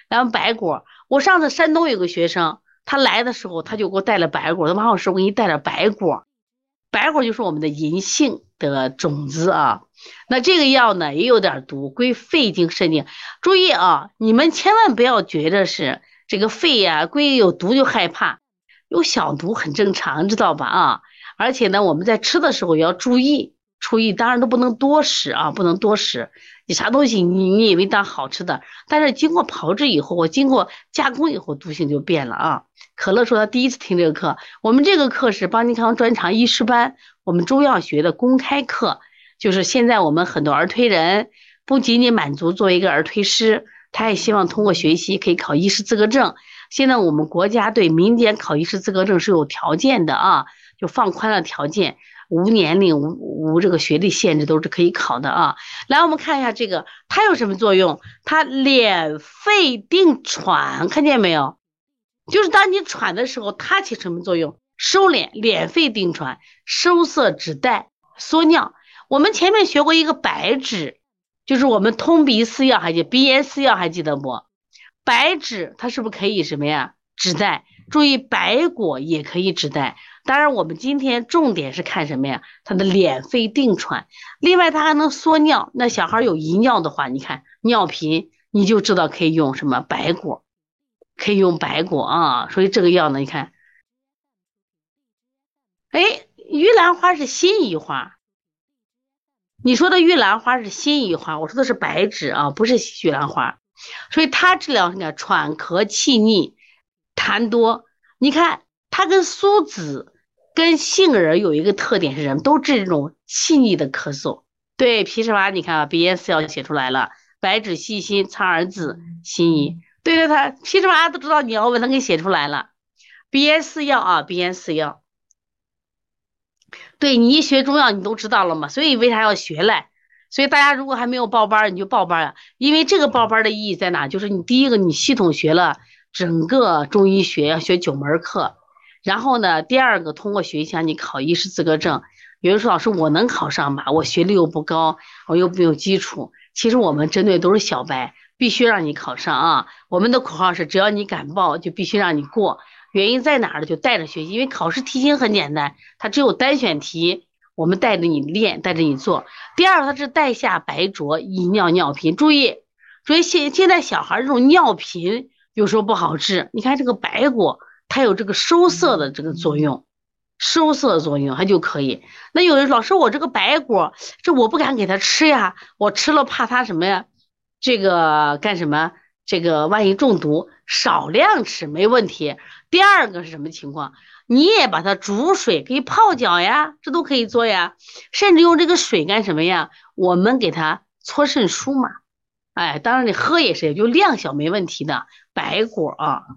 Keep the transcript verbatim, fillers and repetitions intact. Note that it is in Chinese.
然后白果，我上次山东有个学生，他来的时候他就给我带了白果，他说马老师我给你带了白果，白果就是我们的银杏的种子啊。那这个药呢也有点毒，归肺经肾经。注意啊，你们千万不要觉得是这个肺呀、归有毒就害怕，有小毒很正常，知道吧？啊，而且呢，我们在吃的时候也要注意，注意，当然都不能多食啊，不能多食。你啥东西你你以为当好吃的，但是经过炮制以后，我经过加工以后，毒性就变了啊。可乐说他第一次听这个课，我们这个课是邦尼康专长医师班，我们中药学的公开课，就是现在我们很多儿推人不仅仅满足作为一个儿推师，他也希望通过学习可以考医师资格证。现在我们国家对民间考医师资格证是有条件的啊，就放宽了条件，无年龄无无这个学历限制，都是可以考的啊。来，我们看一下这个，它有什么作用？它敛肺定喘，看见没有？就是当你喘的时候，它起什么作用？收敛，敛肺定喘，收涩止带，缩尿。我们前面学过一个白芷，就是我们通鼻饲药，还记鼻炎饲药还记得不？白芷它是不是可以什么呀？止带。注意白果也可以止带。当然，我们今天重点是看什么呀？它的敛肺定喘。另外，它还能缩尿。那小孩有遗尿的话，你看尿频，你就知道可以用什么白果，可以用白果啊。所以这个药呢，你看，哎，玉兰花是心宜花。你说的玉兰花是心宜花，我说的是白芷啊，不是玉兰花。所以它治疗什么喘咳气逆、痰多。你看它跟苏子、跟杏仁有一个特点是什么？都治这种气逆的咳嗽。对，枇杷你看啊，鼻炎四要写出来了，白芷、细辛、苍耳子、辛夷。对对，它枇杷都知道你要问，他给写出来了。鼻炎四药啊，鼻炎四药。对你一学中药你都知道了嘛，所以为啥要学嘞？所以大家如果还没有报班，你就报班啊，因为这个报班的意义在哪？就是你第一个你系统学了整个中医学，要学九门课，然后呢，第二个通过学习你考医师资格证。有人说老师我能考上吧？我学历又不高，我又没有基础。其实我们针对都是小白，必须让你考上啊！我们的口号是只要你敢报，就必须让你过。原因在哪儿呢？就带着学习，因为考试题型很简单，它只有单选题，我们带着你练，带着你做。第二，它是带下白浊，以尿尿频。注意，所以现现在小孩这种尿频有时候不好治。你看这个白果，它有这个收涩的这个作用，收涩作用它就可以。那有人老师，我这个白果，这我不敢给他吃呀，我吃了怕他什么呀？这个干什么？这个万一中毒，少量吃没问题。第二个是什么情况？你也把它煮水，可以泡脚呀，这都可以做呀。甚至用这个水干什么呀？我们给它搓肾腧嘛。哎，当然你喝也是，就量小没问题的。白果啊。